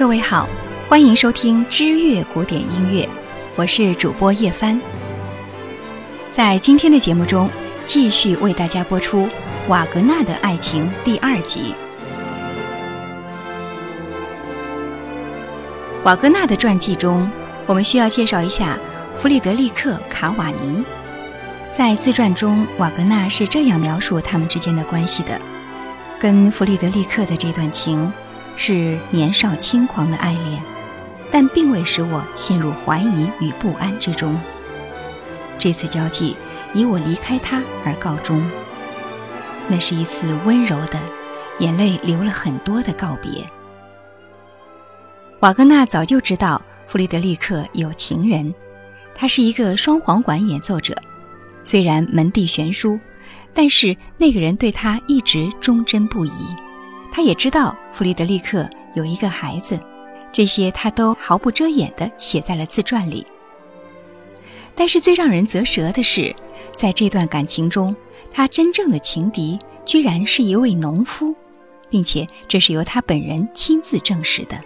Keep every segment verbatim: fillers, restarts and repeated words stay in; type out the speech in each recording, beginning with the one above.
各位好，欢迎收听知乐古典音乐，我是主播叶帆。在今天的节目中，继续为大家播出瓦格纳的爱情第二集。瓦格纳的传记中，我们需要介绍一下弗里德里克·卡瓦尼。在自传中，瓦格纳是这样描述他们之间的关系的：跟弗里德里克的这段情是年少轻狂的爱恋，但并未使我陷入怀疑与不安之中。这次交际以我离开他而告终，那是一次温柔的、眼泪流了很多的告别。瓦格纳早就知道弗里德里克有情人，他是一个双簧管演奏者，虽然门第悬殊，但是那个人对他一直忠贞不移。他也知道弗里德里克有一个孩子，这些他都毫不遮掩地写在了自传里。但是最让人啧舌的是，在这段感情中，他真正的情敌居然是一位农夫，并且这是由他本人亲自证实的。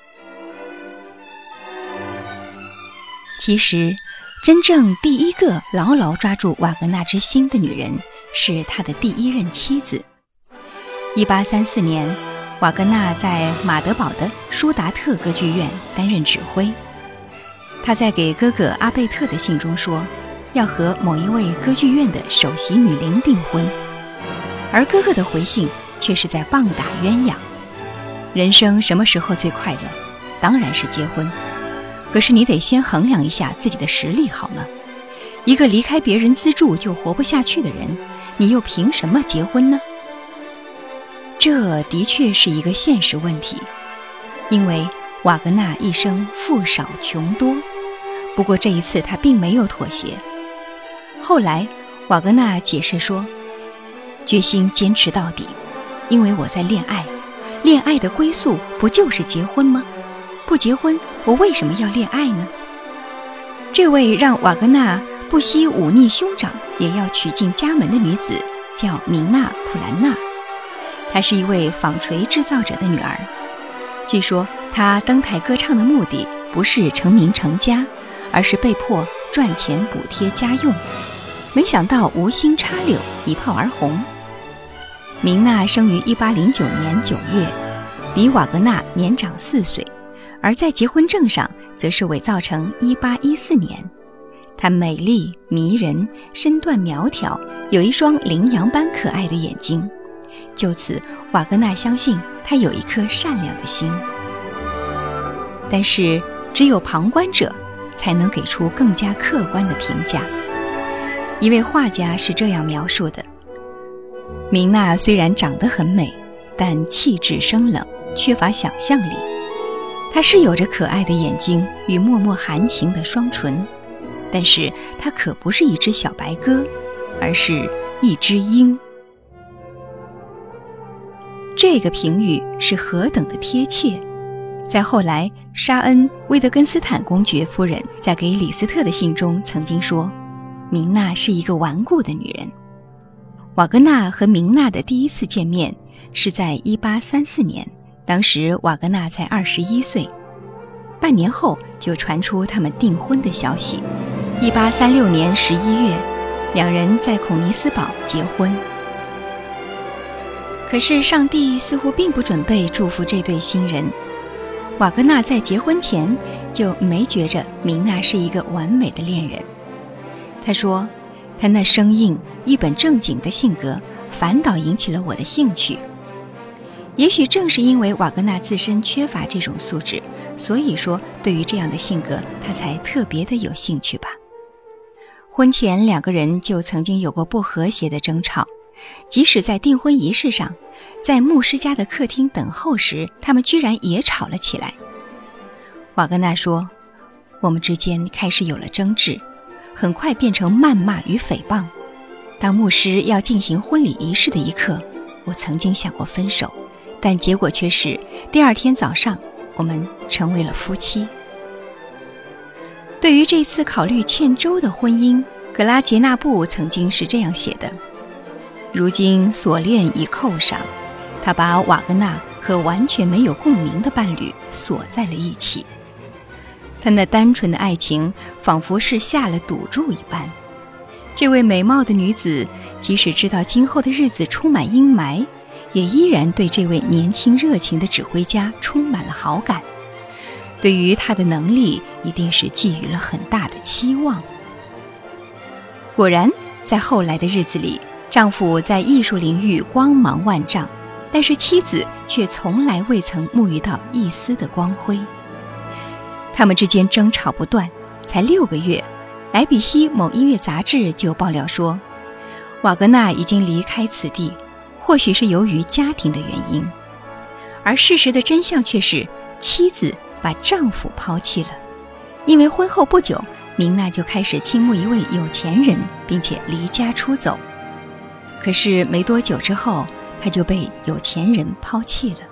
其实真正第一个牢牢抓住瓦格纳之心的女人是他的第一任妻子。一八三四年，瓦格纳在马德堡的舒达特歌剧院担任指挥。他在给哥哥阿贝特的信中说，要和某一位歌剧院的首席女伶订婚，而哥哥的回信却是在棒打鸳鸯。人生什么时候最快乐？当然是结婚。可是你得先衡量一下自己的实力好吗？一个离开别人资助就活不下去的人，你又凭什么结婚呢？这的确是一个现实问题，因为瓦格纳一生富少穷多，不过这一次他并没有妥协。后来瓦格纳解释说，决心坚持到底，因为我在恋爱，恋爱的归宿不就是结婚吗？不结婚，我为什么要恋爱呢？这位让瓦格纳不惜忤逆兄长也要娶进家门的女子叫明娜·普兰纳，她是一位纺锤制造者的女儿。据说她登台歌唱的目的不是成名成家，而是被迫赚钱补贴家用，没想到无心插柳，一炮而红。明娜生于一八零九年九月，比瓦格纳年长四岁，而在结婚证上则是伪造成一八一四年。她美丽迷人，身段苗条，有一双羚羊般可爱的眼睛。就此，瓦格纳相信她有一颗善良的心。但是只有旁观者才能给出更加客观的评价。一位画家是这样描述的：明娜虽然长得很美，但气质生冷，缺乏想象力。她是有着可爱的眼睛与脉脉含情的双唇，但是她可不是一只小白鸽，而是一只鹰。这个评语是何等的贴切！在后来，莎恩·威德根斯坦公爵夫人在给李斯特的信中曾经说，明娜是一个顽固的女人。瓦格纳和明娜的第一次见面是在一八三四年，当时瓦格纳才二十一岁。半年后就传出他们订婚的消息。一八三六年十一月，两人在孔尼斯堡结婚。可是上帝似乎并不准备祝福这对新人。瓦格纳在结婚前就没觉着明娜是一个完美的恋人。他说，他那生硬一本正经的性格反倒引起了我的兴趣。也许正是因为瓦格纳自身缺乏这种素质，所以说对于这样的性格他才特别的有兴趣吧。婚前两个人就曾经有过不和谐的争吵，即使在订婚仪式上，在牧师家的客厅等候时，他们居然也吵了起来。瓦格纳说，我们之间开始有了争执，很快变成谩骂与诽谤。当牧师要进行婚礼仪式的一刻，我曾经想过分手，但结果却是第二天早上我们成为了夫妻。对于这次考虑欠周的婚姻，格拉杰纳布曾经是这样写的：如今锁链已扣上，他把瓦格纳和完全没有共鸣的伴侣锁在了一起。他那单纯的爱情仿佛是下了赌注一般。这位美貌的女子即使知道今后的日子充满阴霾，也依然对这位年轻热情的指挥家充满了好感，对于他的能力一定是寄予了很大的期望。果然，在后来的日子里，丈夫在艺术领域光芒万丈，但是妻子却从来未曾沐浴到一丝的光辉。他们之间争吵不断，才六个月，莱比锡某音乐杂志就爆料说，瓦格纳已经离开此地，或许是由于家庭的原因。而事实的真相却是，妻子把丈夫抛弃了，因为婚后不久，明娜就开始倾慕一位有钱人，并且离家出走。可是没多久之后，她就被有钱人抛弃了。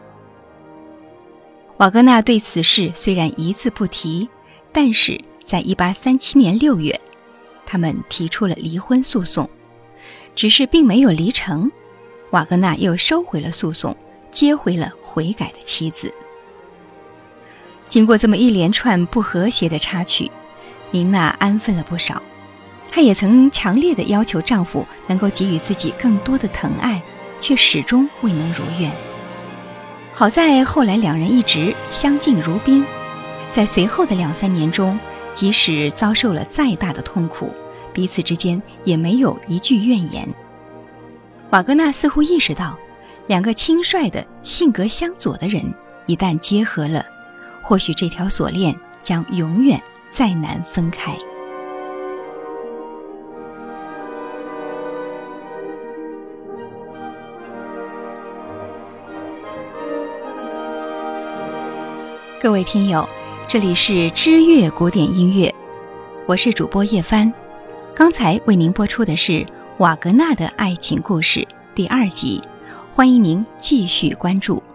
瓦格纳对此事虽然一字不提，但是在一八三七年六月，他们提出了离婚诉讼，只是并没有离成。瓦格纳又收回了诉讼，接回了悔改的妻子。经过这么一连串不和谐的插曲，明娜安分了不少。她也曾强烈地要求丈夫能够给予自己更多的疼爱，却始终未能如愿。好在后来两人一直相敬如宾，在随后的两三年中，即使遭受了再大的痛苦，彼此之间也没有一句怨言。瓦格纳似乎意识到，两个轻率的性格相左的人一旦结合了，或许这条锁链将永远再难分开。各位听友，这里是知乐古典音乐，我是主播叶帆。刚才为您播出的是瓦格纳的爱情故事第二集，欢迎您继续关注。